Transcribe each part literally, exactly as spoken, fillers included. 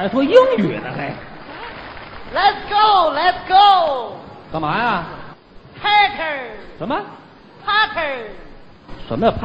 还说英语呢还。 Let's go, let's go。 干嘛呀 ？Packer。 什么 ？Packer。 什么叫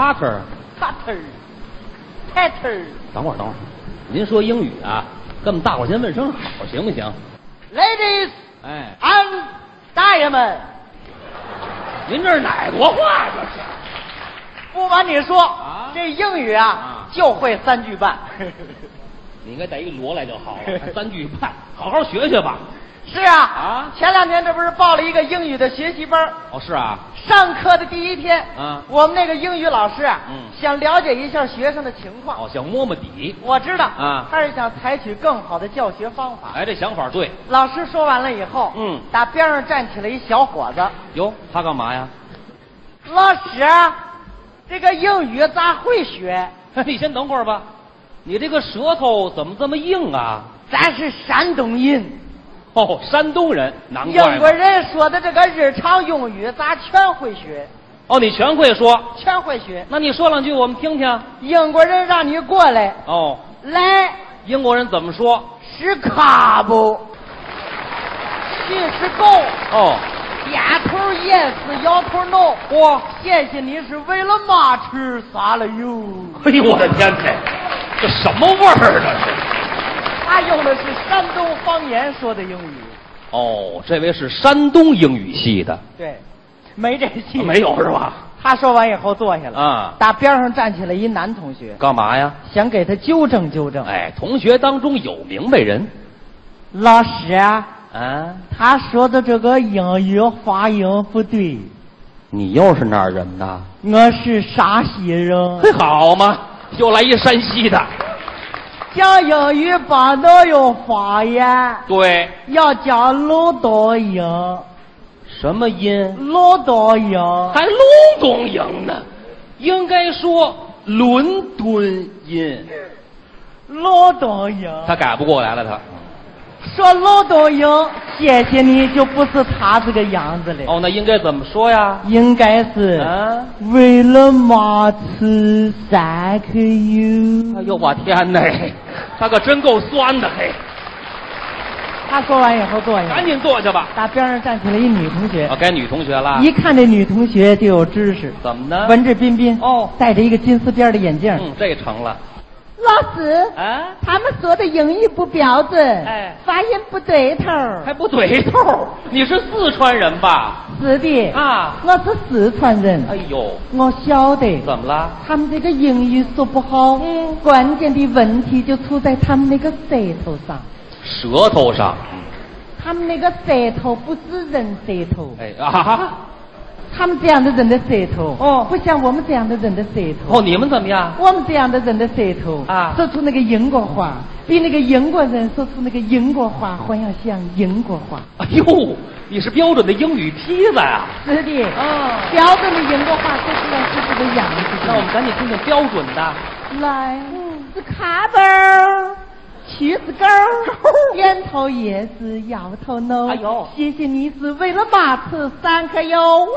Packer。Packer。 等会儿，等会儿，您说英语啊？跟我们大伙儿先问声好，行不行 ？Ladies， 哎 ，and diamond。 您这是哪国话这是？ 不瞒你说， 啊、 这英语啊，啊就会三句半。 你应该带一摞来就好了，还三句半，好好学学吧。 是啊， 啊， 前两天这不是报了一个英语的学习班？ 哦，是啊。 上课的第一天， 啊， 我们那个英语老师啊， 嗯， 想了解一下学生的情况。 哦，想摸摸底。 我知道啊， 他是想采取更好的教学方法。 哎，这想法对。 老师说完了以后， 嗯， 打边上站起来一小伙子。 哟，他干嘛呀？ 老师，这个英语咋会学？ 你先等会儿吧，你这个舌头怎么这么硬啊？ 咱是山东人。 哦，山东人，难怪。 英国人说的这个日常用语，咱全会学。 哦，你全会说？ 全会学。 那你说两句我们听听。 英国人让你过来。 哦， 来。 英国人怎么说？ 是卡不？去是 go。 哦。 点头 yes， 摇头 no。 哇， 谢谢你是为了嘛吃撒了油。 哎呦我的天哪，这什么味儿啊这是？ 他用的是山东方言说的英语。 哦，这位是山东英语系的。 对，没这系。 没有是吧？ 他说完以后坐下了。 啊， 打边上站起来一男同学。 干嘛呀？ 想给他纠正纠正。 哎，同学当中有明白人。 老师啊。 啊， 他说的这个英语发音不对。 你又是哪儿人呐？ 我是沙溪人。 嘿，好嘛，又来一山西的。 讲英语不能用方言。 对， 要讲鲁东音。 什么音？ 鲁东音。 还鲁东音呢？应该说伦敦音。 鲁东音。 他改不过来了，他。 说鲁东音，谢谢你就不是他这个样子了。 哦，那应该怎么说呀？ 应该是啊， 为了嘛吃三颗油。 哎呦我天哪，他可真够酸的嘿！ 他说完以后坐下， 赶紧坐下吧。 打边上站起来一女同学。 哦，该女同学了。 一看这女同学就有知识。 怎么呢？ 文质彬彬。 哦， 戴着一个金丝边的眼镜。 嗯，这成了。 老师， 啊， 他们说的英语不标准， 哎， 发音不对头， 还不对头？你是四川人吧？ 是的， 啊， 我是四川人。 哎呦， 我晓得。 怎么了？ 他们这个英语说不好，嗯，关键的问题就出在他们那个舌头上。 舌头上？ 他们那个舌头不是人舌头。 哎啊。 他们这样的人的舌头哦， 不像我们这样的人的舌头。 哦，你们怎么样？ 我们这样的人的舌头啊， 说出那个英国话，比那个英国人说出那个英国话还要像英国话。 哎呦，你是标准的英语坯子呀！ 是的， 啊， 标准的英国话说出来是这个样子。 那我们赶紧听听标准的。 来，是卡包，去是狗，点头也是，摇头 no。 哎呦， 谢谢你是为了嘛吃三颗油哇！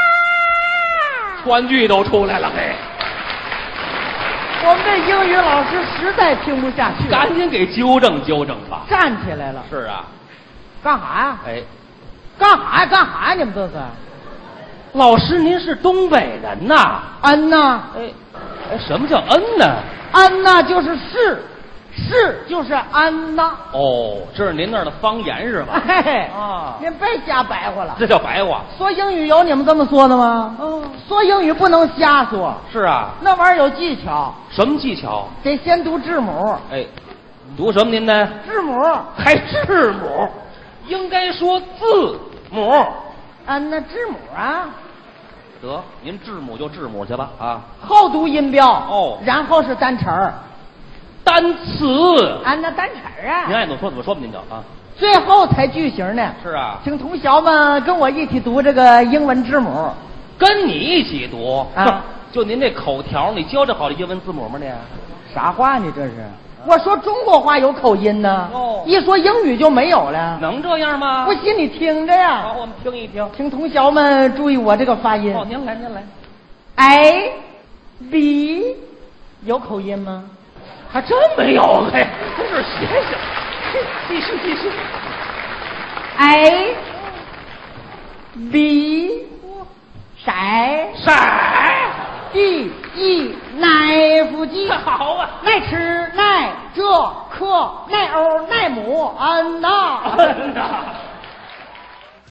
川剧都出来了嘿！ 我们这英语老师实在听不下去， 赶紧给纠正纠正吧。 站起来了。 是啊， 干啥呀？ 哎， 干啥呀？干啥呀？你们这是？ 老师，您是东北人呐？ 嗯呐。 哎，哎，什么叫嗯呢？ 安娜就是是，是就是安娜。 哦，这是您那儿的方言是吧？ 嘿嘿啊， 您别瞎白话了。 这叫白话。 说英语有你们这么说的吗？ 哦， 说英语不能瞎说。 是啊， 那玩意儿有技巧。 什么技巧？ 得先读字母。 哎，读什么您呢？ 字母。 还字母？应该说字母。 啊，那字母啊。 得，您字母就字母去吧啊。 后读音标哦， 然后是单词儿。 单词。 啊，那单词儿啊。 您爱怎么说怎么说吧，您就啊。 最后才句型呢。 是啊， 请同学们跟我一起读这个英文字母。 跟你一起读啊？ 就您这口条，你教这好的英文字母吗？你啥话呢？这是？我说中国话有口音呢。 哦， 一说英语就没有了。 能这样吗？ 不信你听着呀。 好，我们听一听。 请同学们注意我这个发音。 哦，您来，您来。 A B 有口音吗？ 还真没有，嘿，真是学学。 ，A B 晒晒 D E 耐腹肌， 好啊， 耐吃耐这可耐欧耐母，嗯呐。 嗯呐。